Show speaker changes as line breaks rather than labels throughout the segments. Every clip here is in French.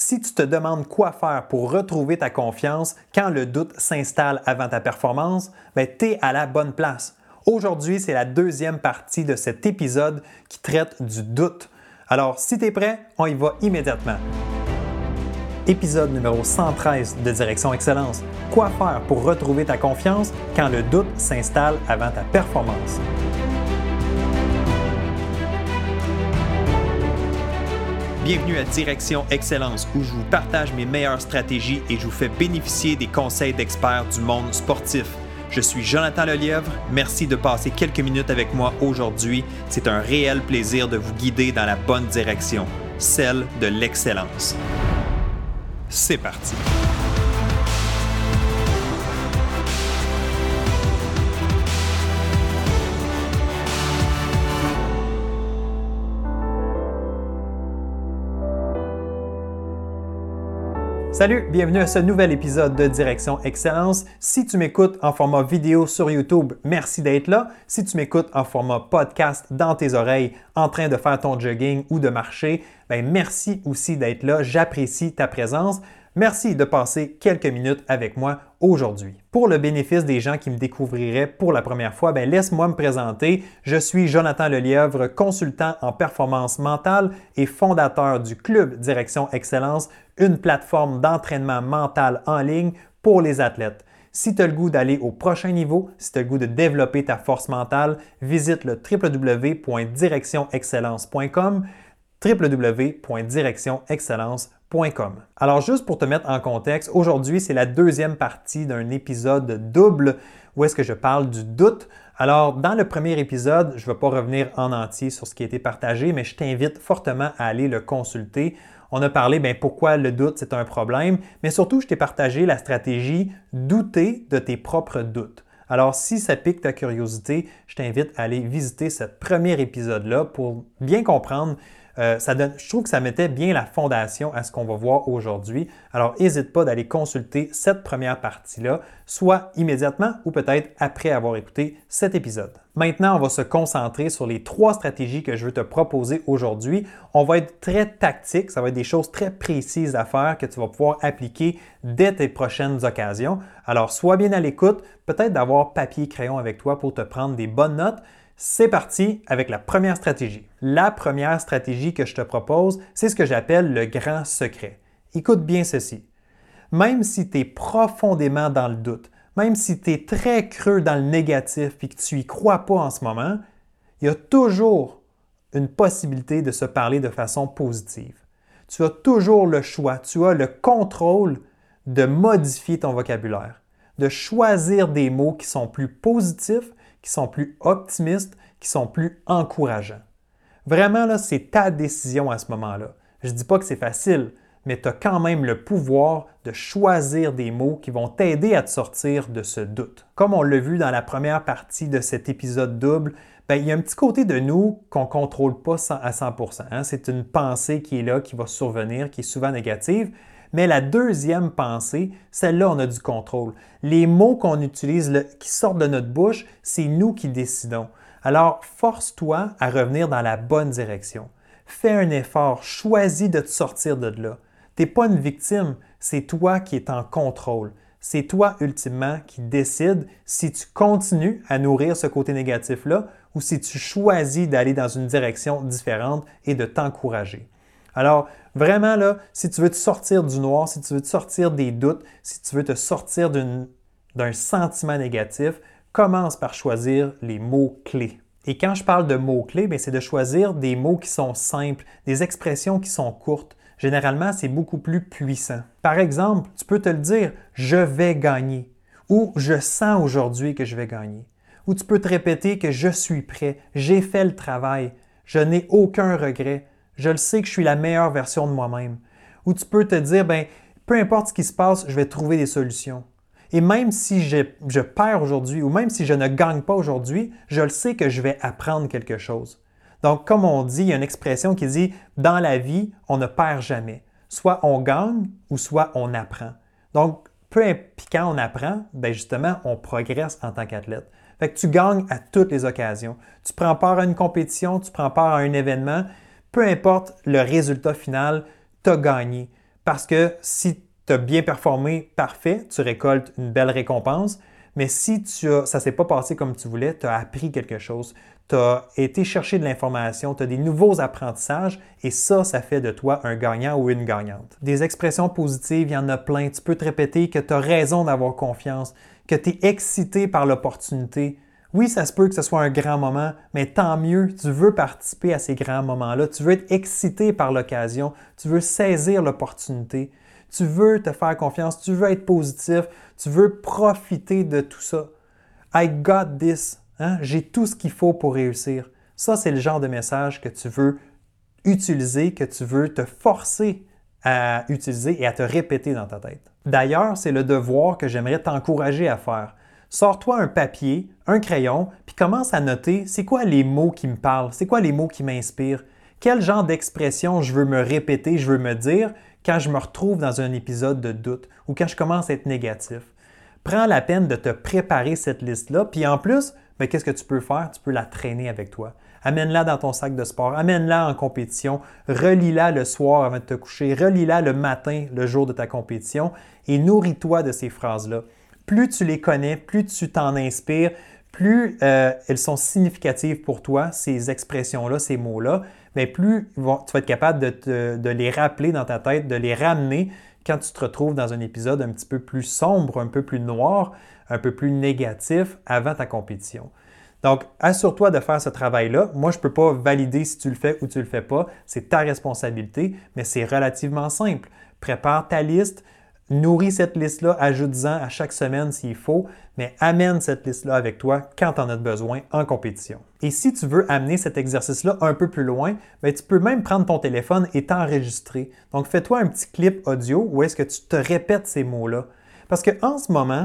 Si tu te demandes quoi faire pour retrouver ta confiance quand le doute s'installe avant ta performance, tu es à la bonne place. Aujourd'hui, c'est la deuxième partie de cet épisode qui traite du doute. Alors, si tu es prêt, on y va immédiatement. Épisode numéro 113 de Direction Excellence. Quoi faire pour retrouver ta confiance quand le doute s'installe avant ta performance? Bienvenue à Direction Excellence où je vous partage mes meilleures stratégies et je vous fais bénéficier des conseils d'experts du monde sportif. Je suis Jonathan Lelièvre. Merci de passer quelques minutes avec moi aujourd'hui. C'est un réel plaisir de vous guider dans la bonne direction, celle de l'excellence. C'est parti! Salut, bienvenue à ce nouvel épisode de Direction Excellence. Si tu m'écoutes en format vidéo sur YouTube, merci d'être là. Si tu m'écoutes en format podcast dans tes oreilles en train de faire ton jogging ou de marcher, merci aussi d'être là. J'apprécie ta présence. Merci de passer quelques minutes avec moi aujourd'hui. Pour le bénéfice des gens qui me découvriraient pour la première fois, laisse-moi me présenter. Je suis Jonathan Lelièvre, consultant en performance mentale et fondateur du Club Direction Excellence, une plateforme d'entraînement mental en ligne pour les athlètes. Si tu as le goût d'aller au prochain niveau, si tu as le goût de développer ta force mentale, visite le www.directionexcellence.com www.directionexcellence.com. Alors, juste pour te mettre en contexte, aujourd'hui, c'est la deuxième partie d'un épisode double où est-ce que je parle du doute. Alors, dans le premier épisode, je ne vais pas revenir en entier sur ce qui a été partagé, mais je t'invite fortement à aller le consulter. On a parlé pourquoi le doute, c'est un problème, mais surtout, je t'ai partagé la stratégie douter de tes propres doutes. Alors, si ça pique ta curiosité, je t'invite à aller visiter ce premier épisode-là pour bien comprendre. Je trouve que ça mettait bien la fondation à ce qu'on va voir aujourd'hui. Alors, n'hésite pas d'aller consulter cette première partie-là, soit immédiatement ou peut-être après avoir écouté cet épisode. Maintenant, on va se concentrer sur les 3 stratégies que je veux te proposer aujourd'hui. On va être très tactique, ça va être des choses très précises à faire que tu vas pouvoir appliquer dès tes prochaines occasions. Alors, sois bien à l'écoute, peut-être d'avoir papier et crayon avec toi pour te prendre des bonnes notes. C'est parti avec la première stratégie. La première stratégie que je te propose, c'est ce que j'appelle le grand secret. Écoute bien ceci. Même si tu es profondément dans le doute, même si tu es très creux dans le négatif et que tu n'y crois pas en ce moment, il y a toujours une possibilité de se parler de façon positive. Tu as toujours le choix, tu as le contrôle de modifier ton vocabulaire, de choisir des mots qui sont plus positifs, qui sont plus optimistes, qui sont plus encourageants. Vraiment, là, c'est ta décision à ce moment-là. Je ne dis pas que c'est facile, mais tu as quand même le pouvoir de choisir des mots qui vont t'aider à te sortir de ce doute. Comme on l'a vu dans la première partie de cet épisode double, il y a un petit côté de nous qu'on ne contrôle pas à 100%. Hein? C'est une pensée qui est là, qui va survenir, qui est souvent négative. Mais la deuxième pensée, celle-là, on a du contrôle. Les mots qu'on utilise, qui sortent de notre bouche, c'est nous qui décidons. Alors, force-toi à revenir dans la bonne direction. Fais un effort, choisis de te sortir de là. Tu n'es pas une victime, c'est toi qui es en contrôle. C'est toi, ultimement, qui décides si tu continues à nourrir ce côté négatif-là ou si tu choisis d'aller dans une direction différente et de t'encourager. Alors, vraiment, là, si tu veux te sortir du noir, si tu veux te sortir des doutes, si tu veux te sortir d'un sentiment négatif, commence par choisir les mots-clés. Et quand je parle de mots-clés, c'est de choisir des mots qui sont simples, des expressions qui sont courtes. Généralement, c'est beaucoup plus puissant. Par exemple, tu peux te le dire « je vais gagner » ou « je sens aujourd'hui que je vais gagner » ou tu peux te répéter que « je suis prêt, j'ai fait le travail, je n'ai aucun regret ». Je le sais que je suis la meilleure version de moi-même. Ou tu peux te dire, peu importe ce qui se passe, je vais trouver des solutions. Et même si je perds aujourd'hui ou même si je ne gagne pas aujourd'hui, je le sais que je vais apprendre quelque chose. Donc, comme on dit, il y a une expression qui dit « dans la vie, on ne perd jamais. Soit on gagne ou soit on apprend. » Donc, puis quand on apprend, justement, on progresse en tant qu'athlète. Fait que tu gagnes à toutes les occasions. Tu prends part à une compétition, tu prends part à un événement, peu importe le résultat final, tu as gagné. Parce que si tu as bien performé, parfait, tu récoltes une belle récompense. Mais si ça ne s'est pas passé comme tu voulais, tu as appris quelque chose, tu as été chercher de l'information, tu as des nouveaux apprentissages et ça fait de toi un gagnant ou une gagnante. Des expressions positives, il y en a plein. Tu peux te répéter que tu as raison d'avoir confiance, que tu es excité par l'opportunité. Oui, ça se peut que ce soit un grand moment, mais tant mieux, tu veux participer à ces grands moments-là, tu veux être excité par l'occasion, tu veux saisir l'opportunité, tu veux te faire confiance, tu veux être positif, tu veux profiter de tout ça. I got this, hein? J'ai tout ce qu'il faut pour réussir. Ça, c'est le genre de message que tu veux utiliser, que tu veux te forcer à utiliser et à te répéter dans ta tête. D'ailleurs, c'est le devoir que j'aimerais t'encourager à faire. Sors-toi un papier, un crayon, puis commence à noter c'est quoi les mots qui me parlent, c'est quoi les mots qui m'inspirent, quel genre d'expression je veux me répéter, je veux me dire quand je me retrouve dans un épisode de doute ou quand je commence à être négatif. Prends la peine de te préparer cette liste-là, puis en plus, qu'est-ce que tu peux faire? Tu peux la traîner avec toi. Amène-la dans ton sac de sport, amène-la en compétition, relis-la le soir avant de te coucher, relis-la le matin, le jour de ta compétition, et nourris-toi de ces phrases-là. Plus tu les connais, plus tu t'en inspires, plus elles sont significatives pour toi, ces expressions-là, ces mots-là, mais plus tu vas être capable de les rappeler dans ta tête, de les ramener quand tu te retrouves dans un épisode un petit peu plus sombre, un peu plus noir, un peu plus négatif avant ta compétition. Donc, assure-toi de faire ce travail-là. Moi, je ne peux pas valider si tu le fais ou tu ne le fais pas. C'est ta responsabilité, mais c'est relativement simple. Prépare ta liste. Nourris cette liste-là, ajoute-en à chaque semaine s'il faut, mais amène cette liste-là avec toi quand tu en as besoin en compétition. Et si tu veux amener cet exercice-là un peu plus loin, tu peux même prendre ton téléphone et t'enregistrer. Donc, fais-toi un petit clip audio où est-ce que tu te répètes ces mots-là. Parce qu'en ce moment,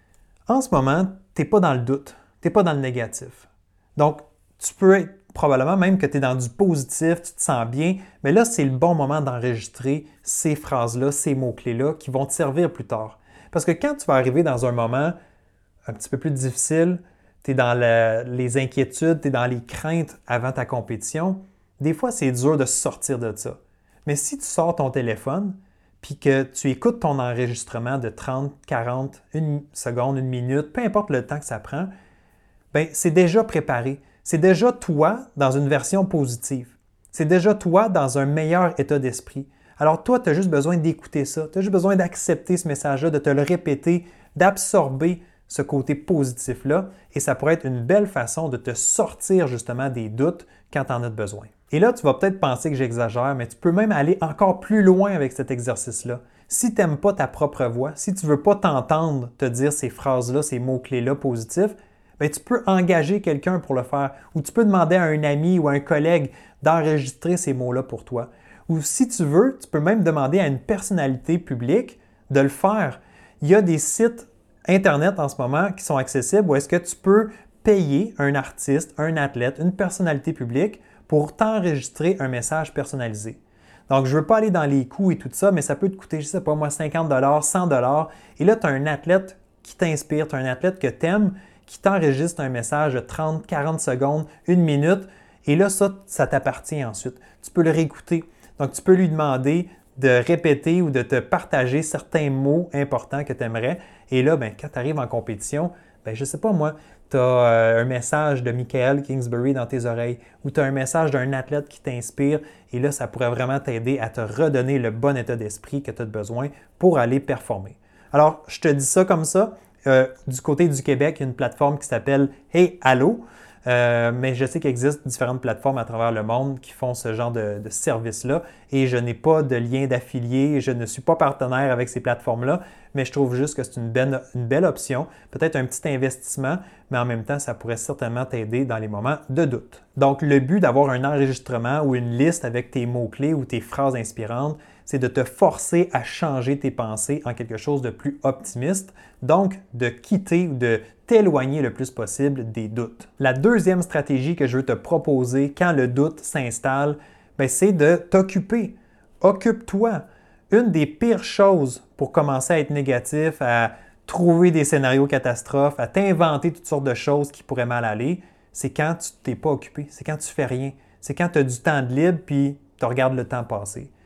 tu n'es pas dans le doute, tu n'es pas dans le négatif. Donc, tu peux être probablement même que tu es dans du positif, tu te sens bien, mais là, c'est le bon moment d'enregistrer ces phrases-là, ces mots-clés-là qui vont te servir plus tard. Parce que quand tu vas arriver dans un moment un petit peu plus difficile, tu es dans les inquiétudes, tu es dans les craintes avant ta compétition, des fois, c'est dur de sortir de ça. Mais si tu sors ton téléphone, puis que tu écoutes ton enregistrement de 30, 40, une seconde, une minute, peu importe le temps que ça prend, c'est déjà préparé. C'est déjà toi dans une version positive. C'est déjà toi dans un meilleur état d'esprit. Alors toi, tu as juste besoin d'écouter ça. Tu as juste besoin d'accepter ce message-là, de te le répéter, d'absorber ce côté positif-là. Et ça pourrait être une belle façon de te sortir justement des doutes quand tu en as besoin. Et là, tu vas peut-être penser que j'exagère, mais tu peux même aller encore plus loin avec cet exercice-là. Si tu n'aimes pas ta propre voix, si tu ne veux pas t'entendre te dire ces phrases-là, ces mots-clés-là positifs, tu peux engager quelqu'un pour le faire ou tu peux demander à un ami ou à un collègue d'enregistrer ces mots-là pour toi. Ou si tu veux, tu peux même demander à une personnalité publique de le faire. Il y a des sites Internet en ce moment qui sont accessibles où est-ce que tu peux payer un artiste, un athlète, une personnalité publique pour t'enregistrer un message personnalisé. Donc, je ne veux pas aller dans les coûts et tout ça, mais ça peut te coûter, je ne sais pas moi, 50 $, 100 $. Et là, tu as un athlète qui t'inspire, tu as un athlète que tu aimes, qui t'enregistre un message de 30, 40 secondes, une minute, et là, ça t'appartient ensuite. Tu peux le réécouter. Donc, tu peux lui demander de répéter ou de te partager certains mots importants que tu aimerais. Et là, quand tu arrives en compétition, je ne sais pas moi, tu as un message de Michael Kingsbury dans tes oreilles ou tu as un message d'un athlète qui t'inspire et là, ça pourrait vraiment t'aider à te redonner le bon état d'esprit que tu as besoin pour aller performer. Alors, je te dis ça comme ça. Du côté du Québec, il y a une plateforme qui s'appelle Hey Allo, mais je sais qu'il existe différentes plateformes à travers le monde qui font ce genre de service-là et je n'ai pas de lien d'affilié, je ne suis pas partenaire avec ces plateformes-là, mais je trouve juste que c'est une belle option, peut-être un petit investissement, mais en même temps, ça pourrait certainement t'aider dans les moments de doute. Donc, le but d'avoir un enregistrement ou une liste avec tes mots-clés ou tes phrases inspirantes, c'est de te forcer à changer tes pensées en quelque chose de plus optimiste, donc de quitter ou de t'éloigner le plus possible des doutes. La deuxième stratégie que je veux te proposer quand le doute s'installe, c'est de t'occuper. Occupe-toi. Une des pires choses pour commencer à être négatif, à trouver des scénarios catastrophes, à t'inventer toutes sortes de choses qui pourraient mal aller, c'est quand tu ne t'es pas occupé, c'est quand tu ne fais rien, c'est quand tu as du temps de libre puis tu regardes le temps passer.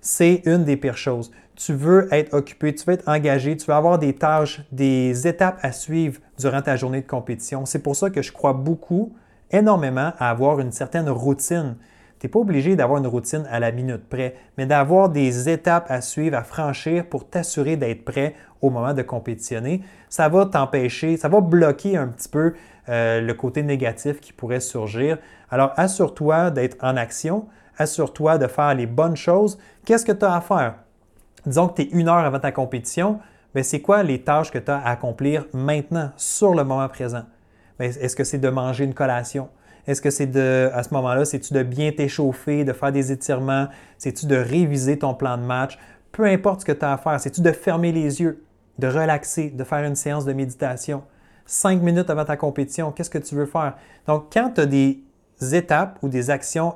c'est une des pires choses. Tu veux être occupé, tu veux être engagé, tu veux avoir des tâches, des étapes à suivre durant ta journée de compétition. C'est pour ça que je crois énormément à avoir une certaine routine. Tu n'es pas obligé d'avoir une routine à la minute près, mais d'avoir des étapes à suivre, à franchir pour t'assurer d'être prêt au moment de compétitionner. Ça va t'empêcher, ça va bloquer un petit peu le côté négatif qui pourrait surgir. Alors, assure-toi d'être en action, assure-toi de faire les bonnes choses. Qu'est-ce que tu as à faire? Disons que tu es 1 heure avant ta compétition, bien, c'est quoi les tâches que tu as à accomplir maintenant, sur le moment présent? Bien, est-ce que c'est de manger une collation? Est-ce que c'est à ce moment-là, c'est-tu de bien t'échauffer, de faire des étirements? C'est-tu de réviser ton plan de match? Peu importe ce que tu as à faire, c'est-tu de fermer les yeux, de relaxer, de faire une séance de méditation? 5 minutes avant ta compétition, qu'est-ce que tu veux faire? Donc, quand tu as des étapes ou des actions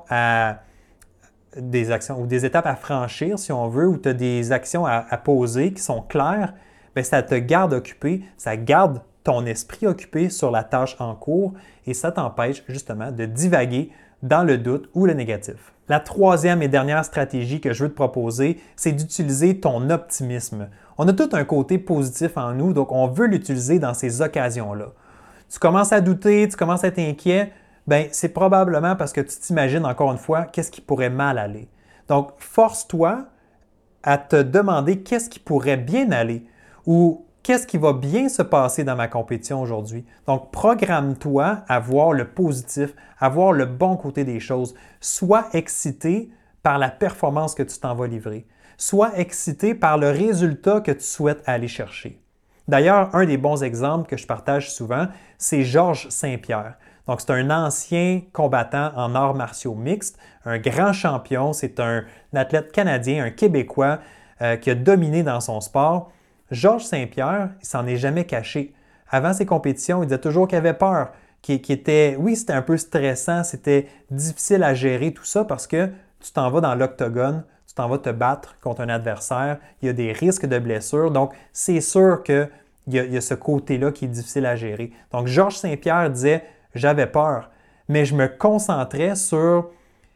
ou des étapes à franchir, si on veut, ou tu as des actions à poser qui sont claires, bien, ça te garde occupé, ça garde ton esprit occupé sur la tâche en cours et ça t'empêche justement de divaguer dans le doute ou le négatif. La troisième et dernière stratégie que je veux te proposer, c'est d'utiliser ton optimisme. On a tout un côté positif en nous, donc on veut l'utiliser dans ces occasions-là. Tu commences à douter, tu commences à être inquiet, bien, c'est probablement parce que tu t'imagines encore une fois qu'est-ce qui pourrait mal aller. Donc, force-toi à te demander qu'est-ce qui pourrait bien aller ou qu'est-ce qui va bien se passer dans ma compétition aujourd'hui. Donc, programme-toi à voir le positif, à voir le bon côté des choses. Sois excité par la performance que tu t'en vas livrer. Sois excité par le résultat que tu souhaites aller chercher. D'ailleurs, un des bons exemples que je partage souvent, c'est Georges Saint-Pierre. Donc, c'est un ancien combattant en arts martiaux mixtes, un grand champion. C'est un athlète canadien, un Québécois qui a dominé dans son sport. Georges Saint-Pierre, il s'en est jamais caché. Avant ses compétitions, il disait toujours qu'il avait peur, oui, c'était un peu stressant, c'était difficile à gérer tout ça parce que tu t'en vas dans l'octogone, tu t'en vas te battre contre un adversaire, il y a des risques de blessures, donc c'est sûr qu'il y a ce côté-là qui est difficile à gérer. Donc Georges Saint-Pierre disait « j'avais peur », mais je me concentrais sur,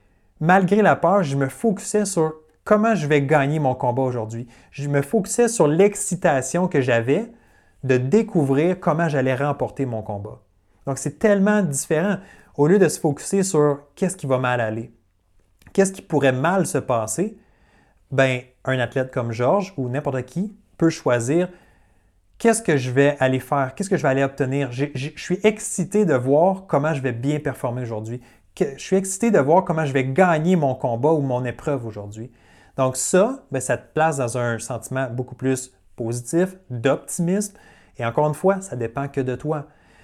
malgré la peur, je me focusais sur comment je vais gagner mon combat aujourd'hui. Je me focusais sur l'excitation que j'avais de découvrir comment j'allais remporter mon combat. Donc, c'est tellement différent. Au lieu de se focusser sur qu'est-ce qui va mal aller, qu'est-ce qui pourrait mal se passer, bien, un athlète comme Georges ou n'importe qui peut choisir qu'est-ce que je vais aller faire, qu'est-ce que je vais aller obtenir. Je suis excité de voir comment je vais bien performer aujourd'hui. Je suis excité de voir comment je vais gagner mon combat ou mon épreuve aujourd'hui. Donc ça, bien, ça te place dans un sentiment beaucoup plus positif, d'optimisme. Et encore une fois, ça ne dépend que de toi.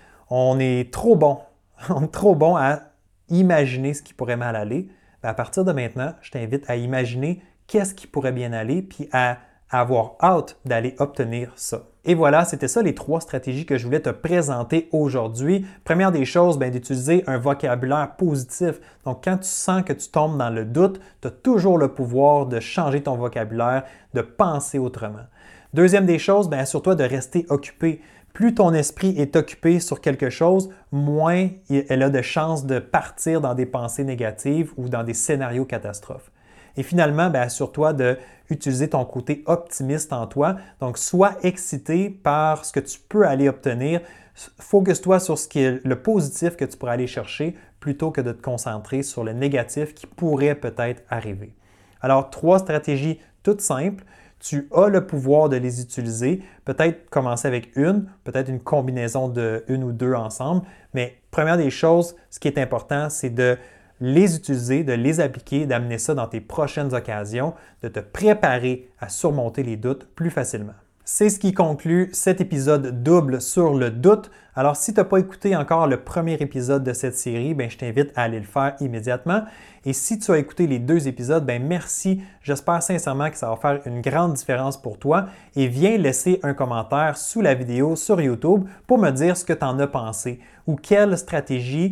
On est trop bon à imaginer ce qui pourrait mal aller. Bien, à partir de maintenant, je t'invite à imaginer qu'est-ce qui pourrait bien aller, puis à avoir hâte d'aller obtenir ça. Et voilà, c'était ça les 3 stratégies que je voulais te présenter aujourd'hui. Première des choses, bien, d'utiliser un vocabulaire positif. Donc, quand tu sens que tu tombes dans le doute, tu as toujours le pouvoir de changer ton vocabulaire, de penser autrement. Deuxième des choses, bien, assure-toi de rester occupé. Plus ton esprit est occupé sur quelque chose, moins elle a de chances de partir dans des pensées négatives ou dans des scénarios catastrophes. Et finalement, bien, assure-toi d'utiliser ton côté optimiste en toi. Donc, sois excité par ce que tu peux aller obtenir. Focus-toi sur ce qui est le positif que tu pourrais aller chercher plutôt que de te concentrer sur le négatif qui pourrait peut-être arriver. Alors, 3 stratégies toutes simples. Tu as le pouvoir de les utiliser. Peut-être commencer avec peut-être une combinaison de 1 ou 2 ensemble. Mais première des choses, ce qui est important, c'est de les utiliser, de les appliquer, d'amener ça dans tes prochaines occasions, de te préparer à surmonter les doutes plus facilement. C'est ce qui conclut cet épisode double sur le doute. Alors, si tu n'as pas écouté encore le premier épisode de cette série, bien, je t'invite à aller le faire immédiatement. Et si tu as écouté les 2 épisodes, bien, merci. J'espère sincèrement que ça va faire une grande différence pour toi. Et viens laisser un commentaire sous la vidéo sur YouTube pour me dire ce que tu en as pensé ou quelle stratégie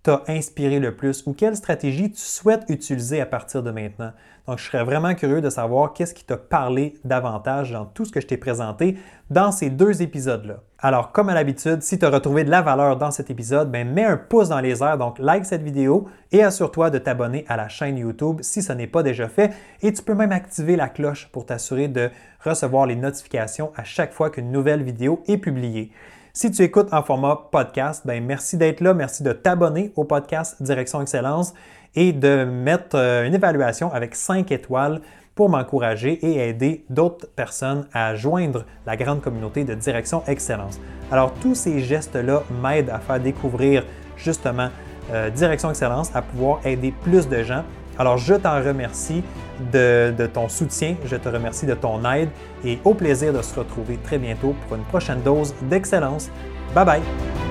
t'a inspiré le plus ou quelle stratégie tu souhaites utiliser à partir de maintenant. Donc, je serais vraiment curieux de savoir qu'est-ce qui t'a parlé davantage dans tout ce que je t'ai présenté dans ces 2 épisodes-là. Alors, comme à l'habitude, si tu as retrouvé de la valeur dans cet épisode, mets un pouce dans les airs, donc like cette vidéo et assure-toi de t'abonner à la chaîne YouTube si ce n'est pas déjà fait. Et tu peux même activer la cloche pour t'assurer de recevoir les notifications à chaque fois qu'une nouvelle vidéo est publiée. Si tu écoutes en format podcast, merci d'être là, merci de t'abonner au podcast Direction Excellence et de mettre une évaluation avec 5 étoiles pour m'encourager et aider d'autres personnes à joindre la grande communauté de Direction Excellence. Alors, tous ces gestes-là m'aident à faire découvrir justement Direction Excellence, à pouvoir aider plus de gens. Alors, je t'en remercie de ton soutien, je te remercie de ton aide et au plaisir de se retrouver très bientôt pour une prochaine dose d'excellence. Bye bye!